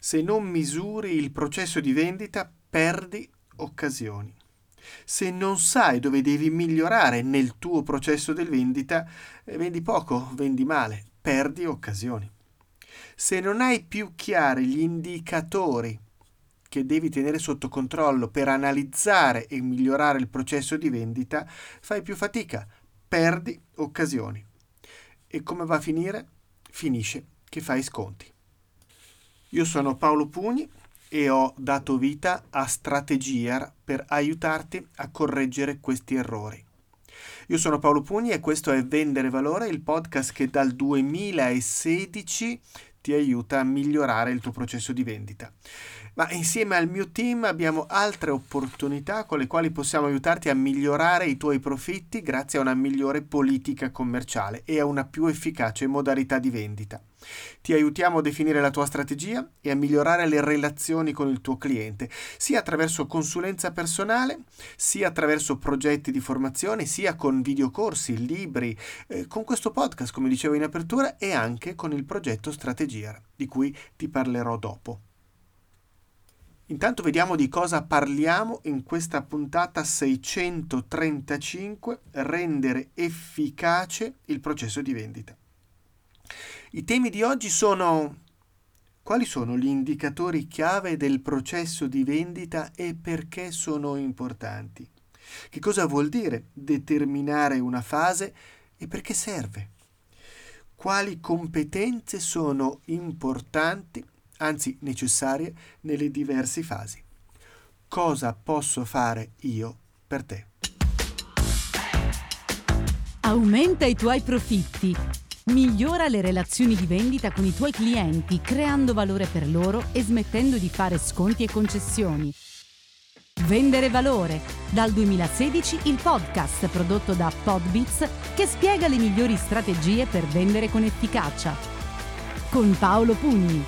Se non misuri il processo di vendita, perdi occasioni. Se non sai dove devi migliorare nel tuo processo di vendita, vendi poco, vendi male, perdi occasioni. Se non hai più chiari gli indicatori che devi tenere sotto controllo per analizzare e migliorare il processo di vendita, fai più fatica, perdi occasioni. E come va a finire? Finisce che fai sconti. Io sono Paolo Pugni e ho dato vita a Strategear per aiutarti a correggere questi errori. Io sono Paolo Pugni e questo è Vendere Valore, il podcast che dal 2016 ti aiuta a migliorare il tuo processo di vendita. Ma insieme al mio team abbiamo altre opportunità con le quali possiamo aiutarti a migliorare i tuoi profitti grazie a una migliore politica commerciale e a una più efficace modalità di vendita. Ti aiutiamo a definire la tua strategia e a migliorare le relazioni con il tuo cliente, sia attraverso consulenza personale, sia attraverso progetti di formazione, sia con videocorsi, libri, con questo podcast, come dicevo in apertura, e anche con il progetto Strategear, di cui ti parlerò dopo. Intanto vediamo di cosa parliamo in questa puntata 635, rendere efficace il processo di vendita. I temi di oggi sono: quali sono gli indicatori chiave del processo di vendita e perché sono importanti? Che cosa vuol dire determinare una fase e perché serve? Quali competenze sono importanti, anzi necessarie, nelle diverse fasi? Cosa posso fare io per te? Aumenta i tuoi profitti. Migliora le relazioni di vendita con i tuoi clienti, creando valore per loro e smettendo di fare sconti e concessioni. Vendere Valore, dal 2016 il podcast prodotto da Podbits che spiega le migliori strategie per vendere con efficacia. Con Paolo Pugni.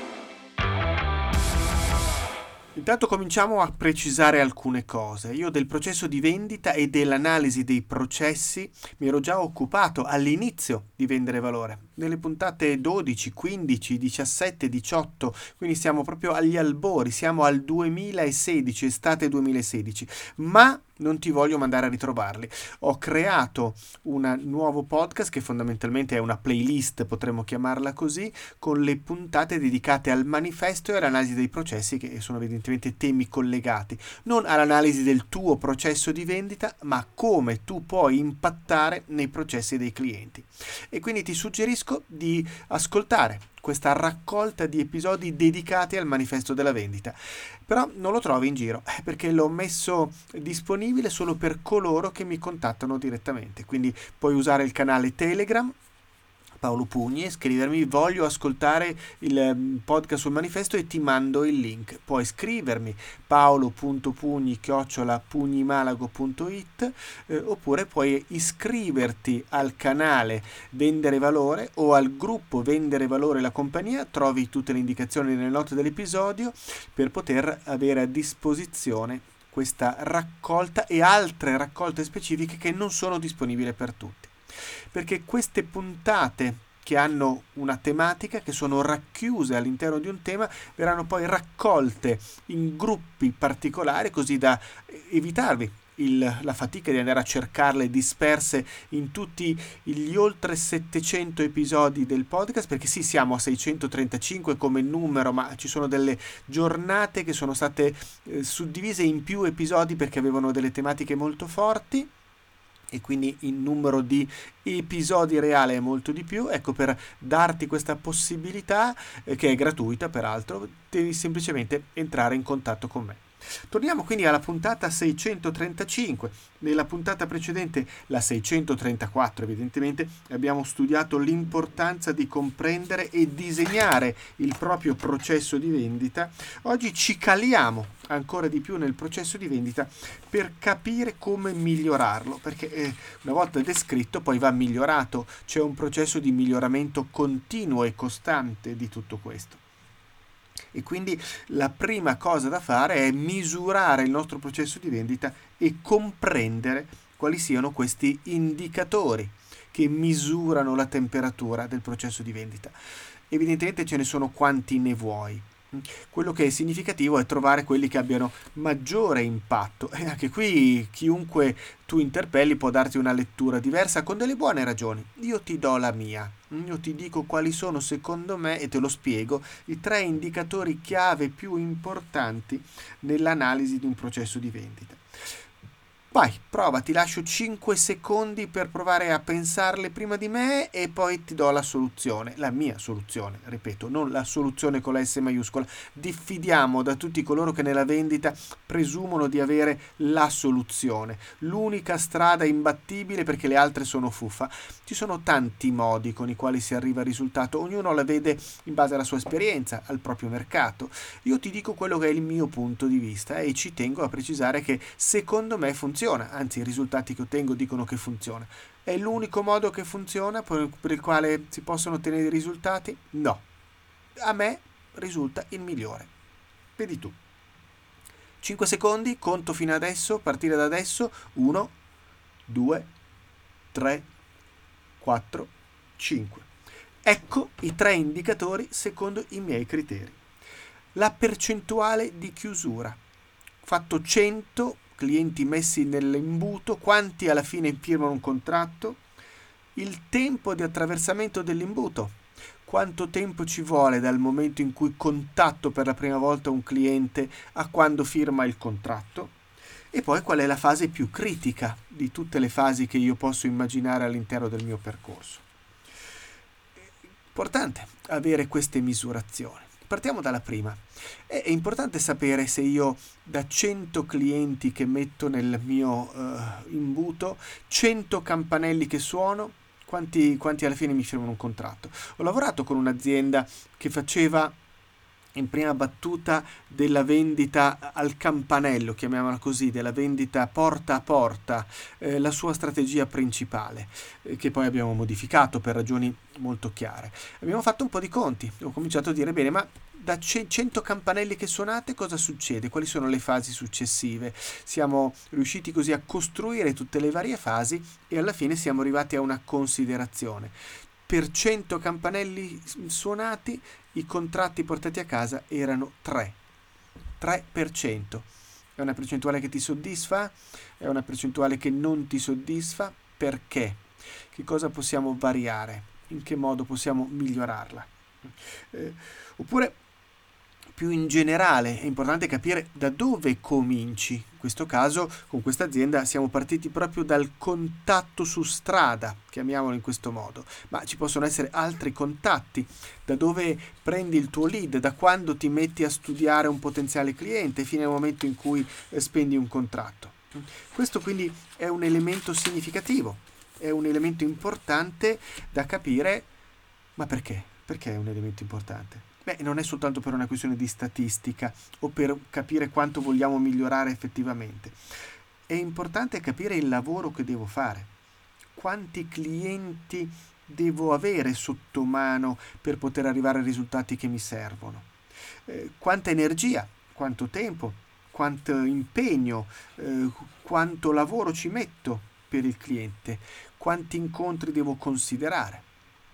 Intanto cominciamo a precisare alcune cose. Io del processo di vendita e dell'analisi dei processi mi ero già occupato all'inizio di Vendere Valore, nelle puntate 12, 15, 17, 18, quindi siamo proprio agli albori, siamo al 2016, estate 2016, ma non ti voglio mandare a ritrovarli. Ho creato un nuovo podcast che fondamentalmente è una playlist, potremmo chiamarla così, con le puntate dedicate al manifesto e all'analisi dei processi, che sono evidentemente temi collegati, non all'analisi del tuo processo di vendita, ma come tu puoi impattare nei processi dei clienti. E quindi ti suggerisco di ascoltare questa raccolta di episodi dedicati al manifesto della vendita. Però non lo trovi in giro, perché l'ho messo disponibile solo per coloro che mi contattano direttamente. Quindi puoi usare il canale Telegram, Paolo Pugni, e scrivermi: voglio ascoltare il podcast sul manifesto, e ti mando il link. Puoi scrivermi paolo.pugni@pugnimalago.it, oppure puoi iscriverti al canale Vendere Valore o al gruppo Vendere Valore la compagnia. Trovi tutte le indicazioni nelle note dell'episodio per poter avere a disposizione questa raccolta e altre raccolte specifiche che non sono disponibili per tutti, perché queste puntate che hanno una tematica, che sono racchiuse all'interno di un tema, verranno poi raccolte in gruppi particolari, così da evitarvi la fatica di andare a cercarle disperse in tutti gli oltre 700 episodi del podcast, perché sì, siamo a 635 come numero, ma ci sono delle giornate che sono state suddivise in più episodi perché avevano delle tematiche molto forti, e quindi il numero di episodi reale è molto di più. Ecco, per darti questa possibilità, che è gratuita peraltro, devi semplicemente entrare in contatto con me. Torniamo quindi alla puntata 635. Nella puntata precedente, la 634 evidentemente, abbiamo studiato l'importanza di comprendere e disegnare il proprio processo di vendita. Oggi ci caliamo ancora di più nel processo di vendita per capire come migliorarlo, perché una volta descritto poi va migliorato. C'è un processo di miglioramento continuo e costante di tutto questo. E quindi la prima cosa da fare è misurare il nostro processo di vendita e comprendere quali siano questi indicatori che misurano la temperatura del processo di vendita. Evidentemente ce ne sono quanti ne vuoi. Quello che è significativo è trovare quelli che abbiano maggiore impatto, e anche qui chiunque tu interpelli può darti una lettura diversa con delle buone ragioni. Io ti do la mia, io ti dico quali sono secondo me, e te lo spiego, i 3 indicatori chiave più importanti nell'analisi di un processo di vendita. Vai, prova, ti lascio 5 secondi per provare a pensarle prima di me e poi ti do la soluzione, la mia soluzione, ripeto, non la soluzione con la S maiuscola. Diffidiamo da tutti coloro che nella vendita presumono di avere la soluzione, l'unica strada imbattibile perché le altre sono fuffa. Ci sono tanti modi con i quali si arriva al risultato, ognuno la vede in base alla sua esperienza, al proprio mercato. Io ti dico quello che è il mio punto di vista e ci tengo a precisare che secondo me funziona. Anzi, i risultati che ottengo dicono che funziona. È l'unico modo che funziona per il quale si possono ottenere i risultati? No. A me risulta il migliore. Vedi tu. 5 secondi, conto fino adesso, partire da adesso. 1, 2, 3, 4, 5. Ecco i 3 indicatori secondo i miei criteri. La percentuale di chiusura. Fatto 100 clienti messi nell'imbuto, quanti alla fine firmano un contratto? Il tempo di attraversamento dell'imbuto, quanto tempo ci vuole dal momento in cui contatto per la prima volta un cliente a quando firma il contratto? E poi qual è la fase più critica di tutte le fasi che io posso immaginare all'interno del mio percorso? Importante avere queste misurazioni. Partiamo dalla prima. È importante sapere se io da 100 clienti che metto nel mio imbuto, 100 campanelli che suono, quanti alla fine mi firmano un contratto. Ho lavorato con un'azienda che faceva in prima battuta della vendita al campanello, chiamiamola così, della vendita porta a porta, la sua strategia principale, che poi abbiamo modificato per ragioni molto chiare. Abbiamo fatto un po' di conti, ho cominciato a dire, bene, ma da 100 campanelli che suonate cosa succede? Quali sono le fasi successive? Siamo riusciti così a costruire tutte le varie fasi e alla fine siamo arrivati a una considerazione. Per 100 campanelli suonati i contratti portati a casa erano 3%. È una percentuale che ti soddisfa? È una percentuale che non ti soddisfa? Perché? Che cosa possiamo variare? In che modo possiamo migliorarla? Oppure, più in generale, è importante capire da dove cominci. In questo caso, con questa azienda, siamo partiti proprio dal contatto su strada, chiamiamolo in questo modo, ma ci possono essere altri contatti. Da dove prendi il tuo lead, da quando ti metti a studiare un potenziale cliente, fino al momento in cui spendi un contratto. Questo quindi è un elemento significativo, è un elemento importante da capire, ma perché? Perché è un elemento importante? Beh, non è soltanto per una questione di statistica o per capire quanto vogliamo migliorare effettivamente. È importante capire il lavoro che devo fare. Quanti clienti devo avere sotto mano per poter arrivare ai risultati che mi servono? Quanta energia, quanto tempo, quanto impegno, quanto lavoro ci metto per il cliente? Quanti incontri devo considerare?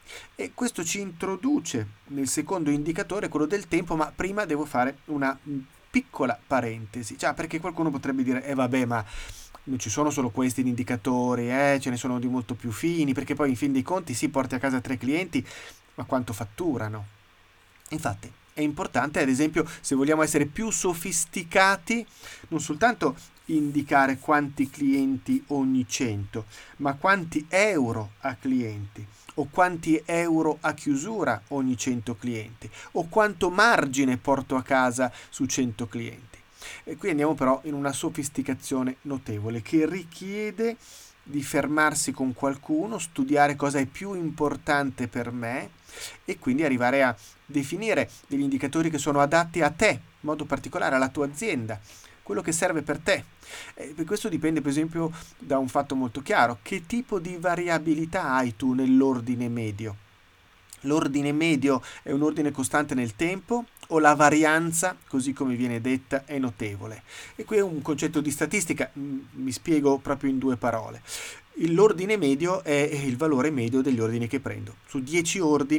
E questo ci introduce nel secondo indicatore, quello del tempo, ma prima devo fare una piccola parentesi, perché qualcuno potrebbe dire vabbè, ma non ci sono solo questi indicatori, ce ne sono di molto più fini, perché poi in fin dei conti porti a casa 3 clienti, ma quanto fatturano? Infatti è importante, ad esempio, se vogliamo essere più sofisticati, non soltanto indicare quanti clienti ogni 100, ma quanti euro a clienti, o quanti euro a chiusura ogni 100 clienti, o quanto margine porto a casa su 100 clienti. E qui andiamo però in una sofisticazione notevole che richiede di fermarsi con qualcuno, studiare cosa è più importante per me e quindi arrivare a definire degli indicatori che sono adatti a te, in modo particolare alla tua azienda, quello che serve per te. Per questo dipende per esempio da un fatto molto chiaro: che tipo di variabilità hai tu nell'ordine medio? L'ordine medio è un ordine costante nel tempo o la varianza, così come viene detta, è notevole? E qui è un concetto di statistica, mi spiego proprio in 2 parole. L'ordine medio è il valore medio degli ordini che prendo. Su 10 ordini,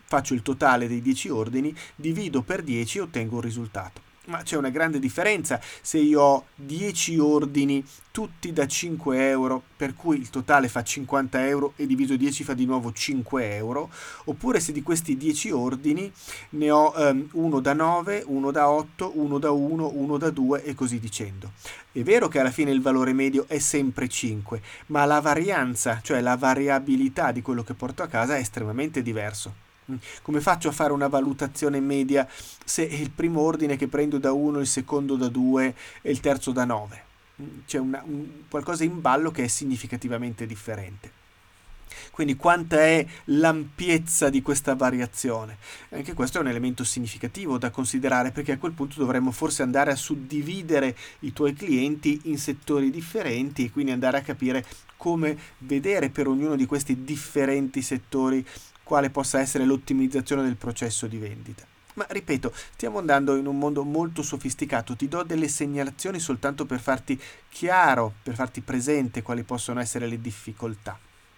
faccio il totale dei 10 ordini, divido per 10 e ottengo un risultato. Ma c'è una grande differenza se io ho 10 ordini tutti da 5 euro, per cui il totale fa 50 euro e diviso 10 fa di nuovo 5 euro, oppure se di questi 10 ordini ne ho uno da 9, uno da 8, uno da 1, uno da 2 e così dicendo. È vero che alla fine il valore medio è sempre 5, ma la varianza, cioè la variabilità di quello che porto a casa è estremamente diverso. Come faccio a fare una valutazione media se il primo ordine che prendo da 1, il secondo da 2 e il terzo da 9? C'è qualcosa in ballo che è significativamente differente. Quindi quanta è l'ampiezza di questa variazione? Anche questo è un elemento significativo da considerare, perché a quel punto dovremmo forse andare a suddividere i tuoi clienti in settori differenti e quindi andare a capire come vedere per ognuno di questi differenti settori quale possa essere l'ottimizzazione del processo di vendita. Ma ripeto, stiamo andando in un mondo molto sofisticato, ti do delle segnalazioni soltanto per farti chiaro, per farti presente quali possono essere le difficoltà.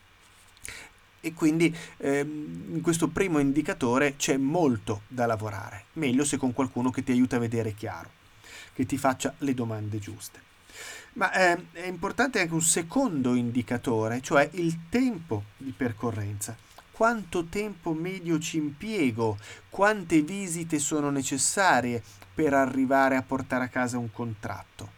E quindi in questo primo indicatore c'è molto da lavorare, meglio se con qualcuno che ti aiuta a vedere chiaro, che ti faccia le domande giuste. Ma è importante anche un secondo indicatore, cioè il tempo di percorrenza. Quanto tempo medio ci impiego, quante visite sono necessarie per arrivare a portare a casa un contratto.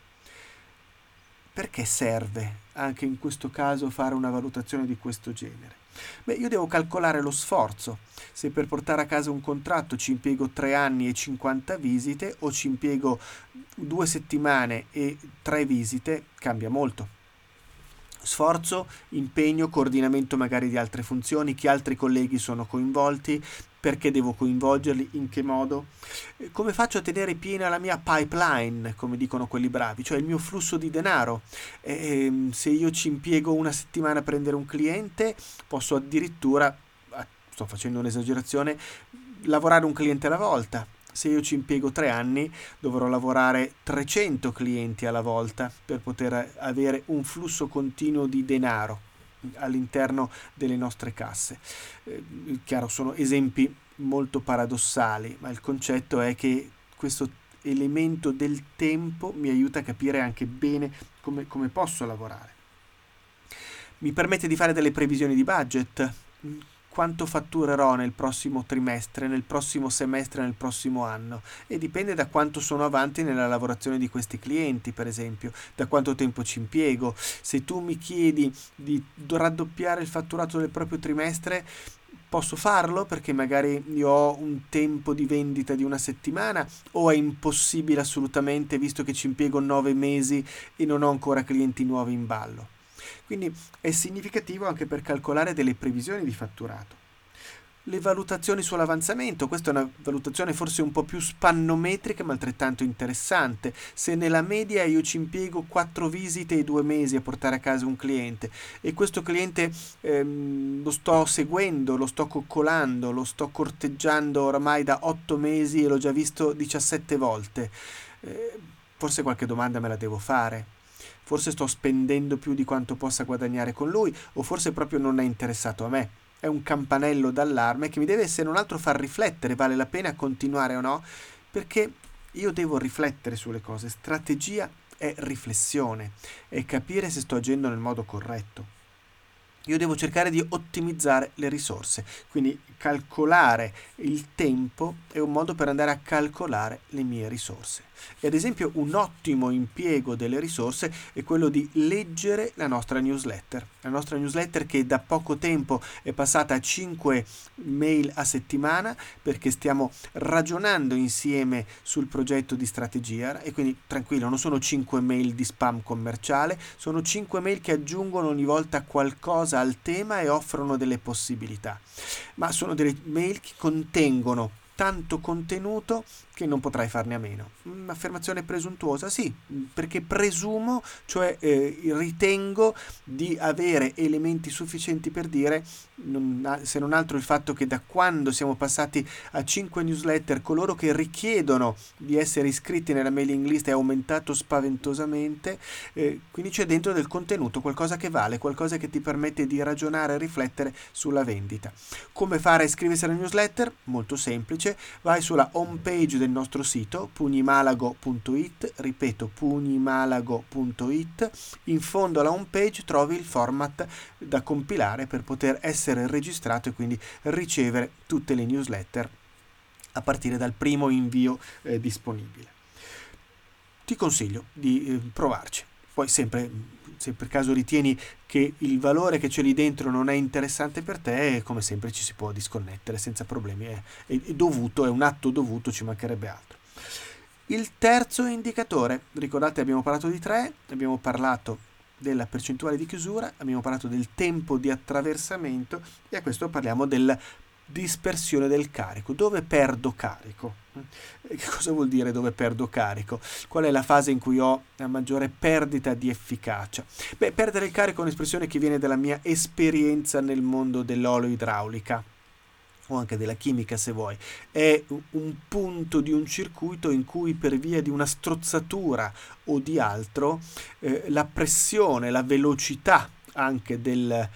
Perché serve anche in questo caso fare una valutazione di questo genere? Beh, io devo calcolare lo sforzo. Se per portare a casa un contratto ci impiego 3 anni e 50 visite o ci impiego 2 settimane e 3 visite, cambia molto. Sforzo, impegno, coordinamento magari di altre funzioni, che altri colleghi sono coinvolti, perché devo coinvolgerli, in che modo, come faccio a tenere piena la mia pipeline, come dicono quelli bravi, cioè il mio flusso di denaro. Se io ci impiego una settimana a prendere un cliente, posso addirittura, sto facendo un'esagerazione, lavorare un cliente alla volta. Se io ci impiego 3 anni, dovrò lavorare 300 clienti alla volta per poter avere un flusso continuo di denaro all'interno delle nostre casse. Chiaro, sono esempi molto paradossali, ma il concetto è che questo elemento del tempo mi aiuta a capire anche bene come posso lavorare. Mi permette di fare delle previsioni di budget. Quanto fatturerò nel prossimo trimestre, nel prossimo semestre, nel prossimo anno, e dipende da quanto sono avanti nella lavorazione di questi clienti, per esempio, da quanto tempo ci impiego. Se tu mi chiedi di raddoppiare il fatturato del proprio trimestre, posso farlo perché magari io ho un tempo di vendita di una settimana, o è impossibile assolutamente visto che ci impiego 9 mesi e non ho ancora clienti nuovi in ballo. Quindi è significativo anche per calcolare delle previsioni di fatturato. Le valutazioni sull'avanzamento, questa è una valutazione forse un po' più spannometrica ma altrettanto interessante. Se nella media io ci impiego 4 visite e 2 mesi a portare a casa un cliente e questo cliente lo sto seguendo, lo sto coccolando, lo sto corteggiando oramai da 8 mesi e l'ho già visto 17 volte, forse qualche domanda me la devo fare. Forse sto spendendo più di quanto possa guadagnare con lui, o forse proprio non è interessato a me. È un campanello d'allarme che mi deve, se non altro, far riflettere, vale la pena continuare o no, perché io devo riflettere sulle cose. Strategia è riflessione, è capire se sto agendo nel modo corretto. Io devo cercare di ottimizzare le risorse, quindi calcolare il tempo è un modo per andare a calcolare le mie risorse. E ad esempio un ottimo impiego delle risorse è quello di leggere la nostra newsletter che da poco tempo è passata a 5 mail a settimana, perché stiamo ragionando insieme sul progetto di strategia, e quindi tranquillo, non sono 5 mail di spam commerciale, sono 5 mail che aggiungono ogni volta qualcosa al tema e offrono delle possibilità, ma sono delle mail che contengono tanto contenuto che non potrai farne a meno. Un'affermazione presuntuosa? Sì, perché presumo, cioè ritengo di avere elementi sufficienti per dire, se non altro il fatto che da quando siamo passati a 5 newsletter, coloro che richiedono di essere iscritti nella mailing list è aumentato spaventosamente, quindi c'è dentro del contenuto, qualcosa che vale, qualcosa che ti permette di ragionare e riflettere sulla vendita. Come fare a iscriversi alla newsletter? Molto semplice, vai sulla home page del nostro sito pugnimalago.it, ripeto pugnimalago.it, in fondo alla home page trovi il format da compilare per poter essere registrato e quindi ricevere tutte le newsletter a partire dal primo invio disponibile. Ti consiglio di provarci. Poi sempre, se per caso ritieni che il valore che c'è lì dentro non è interessante per te, come sempre ci si può disconnettere senza problemi, è dovuto, è un atto dovuto, ci mancherebbe altro. Il terzo indicatore, ricordate abbiamo parlato di 3, abbiamo parlato della percentuale di chiusura, abbiamo parlato del tempo di attraversamento e a questo parliamo della dispersione del carico. Dove perdo carico? Che cosa vuol dire dove perdo carico? Qual è la fase in cui ho la maggiore perdita di efficacia? Perdere il carico è un'espressione che viene dalla mia esperienza nel mondo dell'oloidraulica o anche della chimica se vuoi. È un punto di un circuito in cui per via di una strozzatura o di altro la pressione, la velocità anche del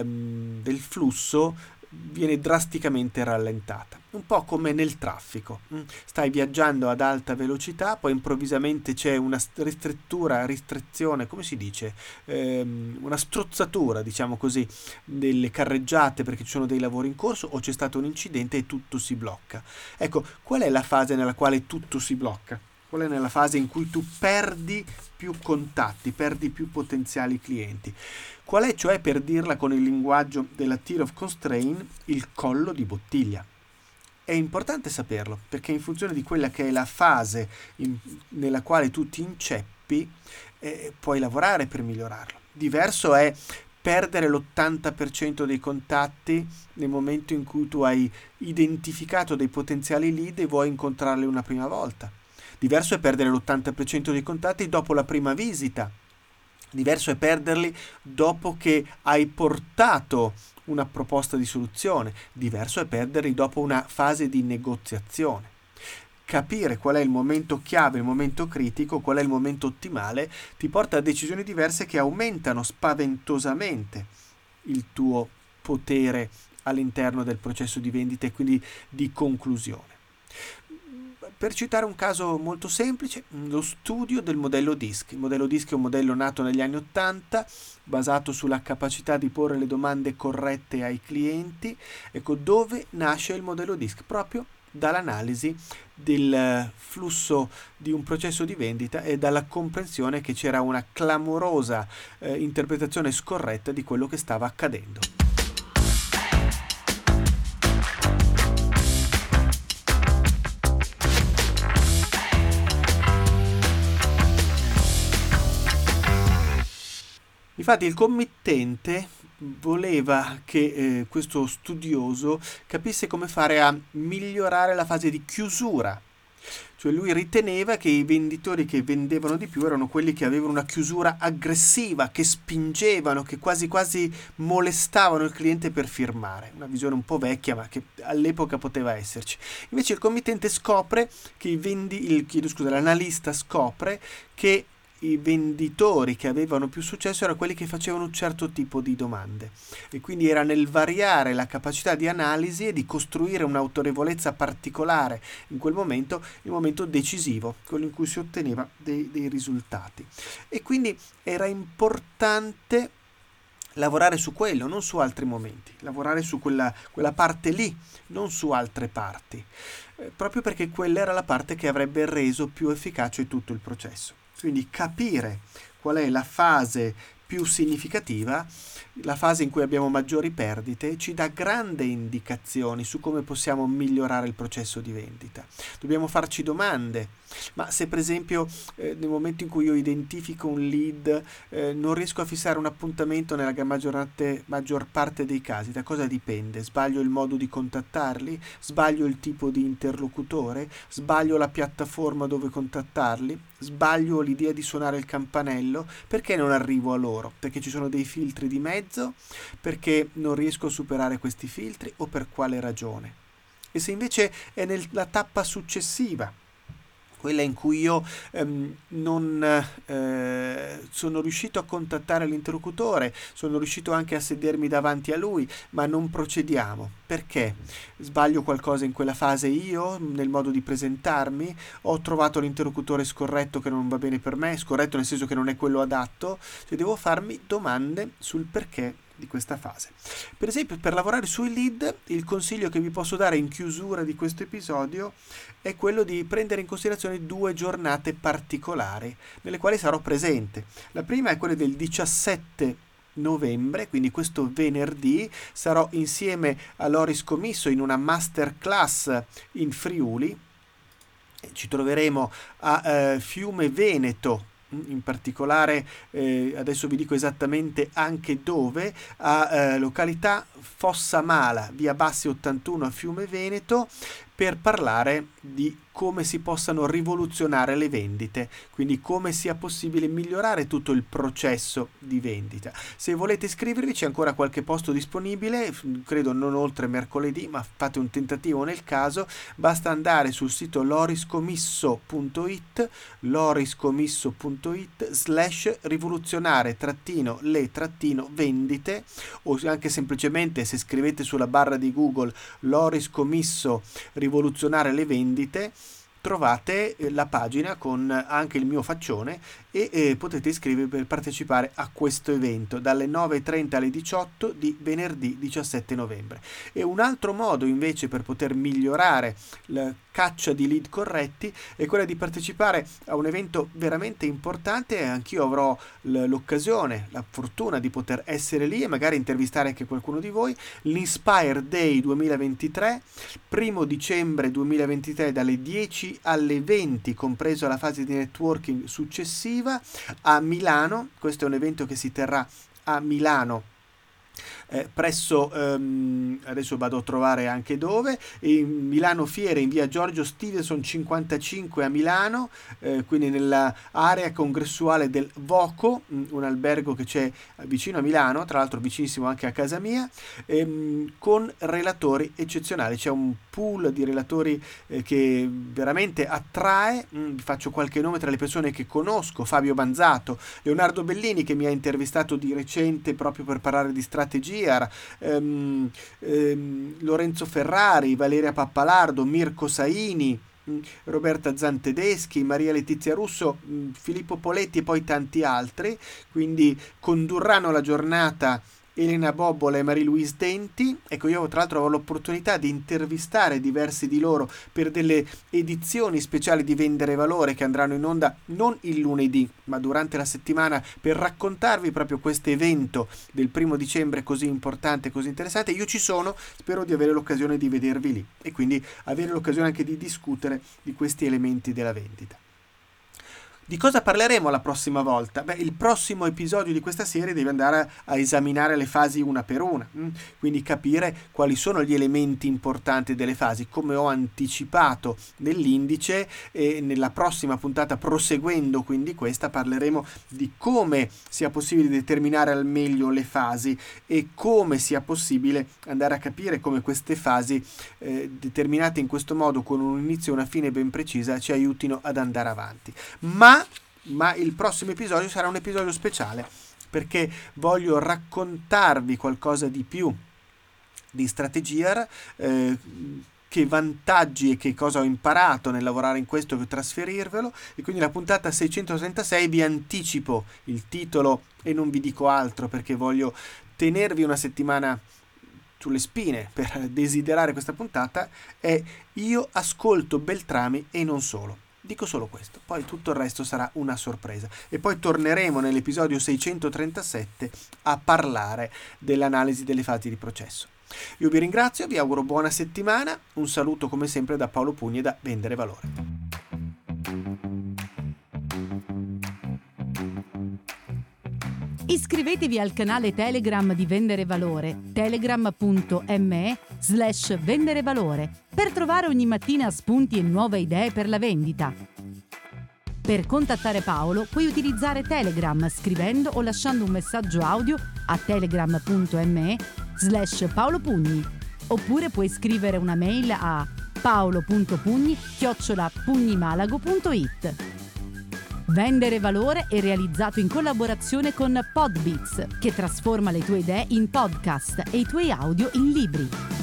flusso viene drasticamente rallentata, un po' come nel traffico. Stai viaggiando ad alta velocità, poi improvvisamente c'è una restrizione, come si dice? Una strozzatura, diciamo così, delle carreggiate perché ci sono dei lavori in corso o c'è stato un incidente e tutto si blocca. Ecco, qual è la fase nella quale tutto si blocca? Qual è nella fase in cui tu perdi più contatti, perdi più potenziali clienti? Qual è, cioè, per dirla con il linguaggio della Tier of Constraint, il collo di bottiglia? È importante saperlo, perché in funzione di quella che è la fase nella quale tu ti inceppi, puoi lavorare per migliorarlo. Diverso è perdere l'80% dei contatti nel momento in cui tu hai identificato dei potenziali lead e vuoi incontrarli una prima volta. Diverso è perdere l'80% dei contatti dopo la prima visita. Diverso è perderli dopo che hai portato una proposta di soluzione. Diverso è perderli dopo una fase di negoziazione. Capire qual è il momento chiave, il momento critico, qual è il momento ottimale, ti porta a decisioni diverse che aumentano spaventosamente il tuo potere all'interno del processo di vendita e quindi di conclusione. Per citare un caso molto semplice, lo studio del modello DISC. Il modello DISC è un modello nato negli anni 80, basato sulla capacità di porre le domande corrette ai clienti. Ecco, dove nasce il modello DISC? Proprio dall'analisi del flusso di un processo di vendita e dalla comprensione che c'era una clamorosa interpretazione scorretta di quello che stava accadendo. Infatti il committente voleva che questo studioso capisse come fare a migliorare la fase di chiusura. Cioè lui riteneva che i venditori che vendevano di più erano quelli che avevano una chiusura aggressiva, che spingevano, che quasi quasi molestavano il cliente per firmare. Una visione un po' vecchia, ma che all'epoca poteva esserci. Invece il committente scopre che l'analista scopre che i venditori che avevano più successo erano quelli che facevano un certo tipo di domande e quindi era nel variare la capacità di analisi e di costruire un'autorevolezza particolare in quel momento, il momento decisivo, quello in cui si otteneva dei risultati. E quindi era importante lavorare su quello, non su altri momenti, lavorare su quella parte lì, non su altre parti, proprio perché quella era la parte che avrebbe reso più efficace tutto il processo. Quindi capire qual è la fase più significativa, la fase in cui abbiamo maggiori perdite, ci dà grandi indicazioni su come possiamo migliorare il processo di vendita. Dobbiamo farci domande Ma se per esempio nel momento in cui io identifico un lead non riesco a fissare un appuntamento nella maggior parte dei casi, da cosa dipende? Sbaglio il modo di contattarli? Sbaglio il tipo di interlocutore? Sbaglio la piattaforma dove contattarli? Sbaglio l'idea di suonare il campanello? Perché non arrivo a loro? Perché ci sono dei filtri di mezzo? Perché non riesco a superare questi filtri o per quale ragione? E se invece è nella tappa successiva, quella in cui io non sono riuscito a contattare l'interlocutore, sono riuscito anche a sedermi davanti a lui, ma non procediamo. Perché? Sbaglio qualcosa in quella fase io, nel modo di presentarmi? Ho trovato l'interlocutore scorretto che non va bene per me, scorretto nel senso che non è quello adatto? Cioè devo farmi domande sul perché di questa fase. Per esempio, per lavorare sui lead, il consiglio che vi posso dare in chiusura di questo episodio è quello di prendere in considerazione 2 giornate particolari nelle quali sarò presente. La prima è quella del 17 novembre, quindi questo venerdì sarò insieme a Loris Commisso in una masterclass in Friuli. Ci troveremo a Fiume Veneto, in particolare adesso vi dico esattamente anche dove, a località Fossamala, via Bassi 81 a Fiume Veneto, per parlare di come si possano rivoluzionare le vendite, quindi come sia possibile migliorare tutto il processo di vendita. Se volete iscrivervi c'è ancora qualche posto disponibile, credo non oltre mercoledì, ma fate un tentativo nel caso. Basta andare sul sito loriscommisso.it/rivoluzionare-le-vendite, o anche semplicemente se scrivete sulla barra di Google Loris Commisso rivoluzionare le vendite, trovate la pagina con anche il mio faccione e potete iscrivervi per partecipare a questo evento dalle 9:30 alle 18 di venerdì 17 novembre. E un altro modo invece per poter migliorare la caccia di lead corretti è quella di partecipare a un evento veramente importante, e anch'io avrò l'occasione, la fortuna di poter essere lì e magari intervistare anche qualcuno di voi, l'Inspire Day 2023, 1 dicembre 2023 dalle 10 alle 20, compreso la fase di networking successiva a Milano. Questo è un evento che si terrà a Milano presso adesso vado a trovare anche dove, in Milano Fiere, in via Giorgio Stevenson 55 a Milano, quindi nell'area congressuale del Voco, un albergo che c'è vicino a Milano, tra l'altro vicinissimo anche a casa mia, con relatori eccezionali. C'è un pool di relatori che veramente attrae. Vi faccio qualche nome tra le persone che conosco: Fabio Banzato, Leonardo Bellini, che mi ha intervistato di recente proprio per parlare di strategia, Lorenzo Ferrari, Valeria Pappalardo, Mirko Saini, Roberta Zantedeschi, Maria Letizia Russo, Filippo Poletti e poi tanti altri. Quindi condurranno la giornata Elena Bobbola e Marie-Louise Denti. Ecco, io tra l'altro avrò l'opportunità di intervistare diversi di loro per delle edizioni speciali di Vendere Valore che andranno in onda non il lunedì ma durante la settimana, per raccontarvi proprio questo evento del 1 dicembre così importante, così interessante. Io ci sono, spero di avere l'occasione di vedervi lì e quindi avere l'occasione anche di discutere di questi elementi della vendita. Di cosa parleremo la prossima volta? Beh, il prossimo episodio di questa serie deve andare a esaminare le fasi una per una, quindi capire quali sono gli elementi importanti delle fasi. Come ho anticipato nell'indice, e nella prossima puntata, proseguendo quindi questa, parleremo di come sia possibile determinare al meglio le fasi e come sia possibile andare a capire come queste fasi determinate in questo modo, con un inizio e una fine ben precisa, ci aiutino ad andare avanti. Ma il prossimo episodio sarà un episodio speciale, perché voglio raccontarvi qualcosa di più di Strategear, che vantaggi e che cosa ho imparato nel lavorare in questo per trasferirvelo. E quindi la puntata 636, vi anticipo il titolo e non vi dico altro perché voglio tenervi una settimana sulle spine per desiderare questa puntata, è Io ascolto Beltrami e non solo. Dico solo questo, poi tutto il resto sarà una sorpresa. E poi torneremo nell'episodio 637 a parlare dell'analisi delle fasi di processo. Io vi ringrazio, vi auguro buona settimana, un saluto come sempre da Paolo Pugni e da Vendere Valore. Iscrivetevi al canale Telegram di Vendere Valore, telegram.me/Vendere Valore, per trovare ogni mattina spunti e nuove idee per la vendita. Per contattare Paolo puoi utilizzare Telegram scrivendo o lasciando un messaggio audio a telegram.me/Paolo Pugni, oppure puoi scrivere una mail a paolo.pugni@pugnimalago.it. Vendere Valore è realizzato in collaborazione con Podbeats, che trasforma le tue idee in podcast e i tuoi audio in libri.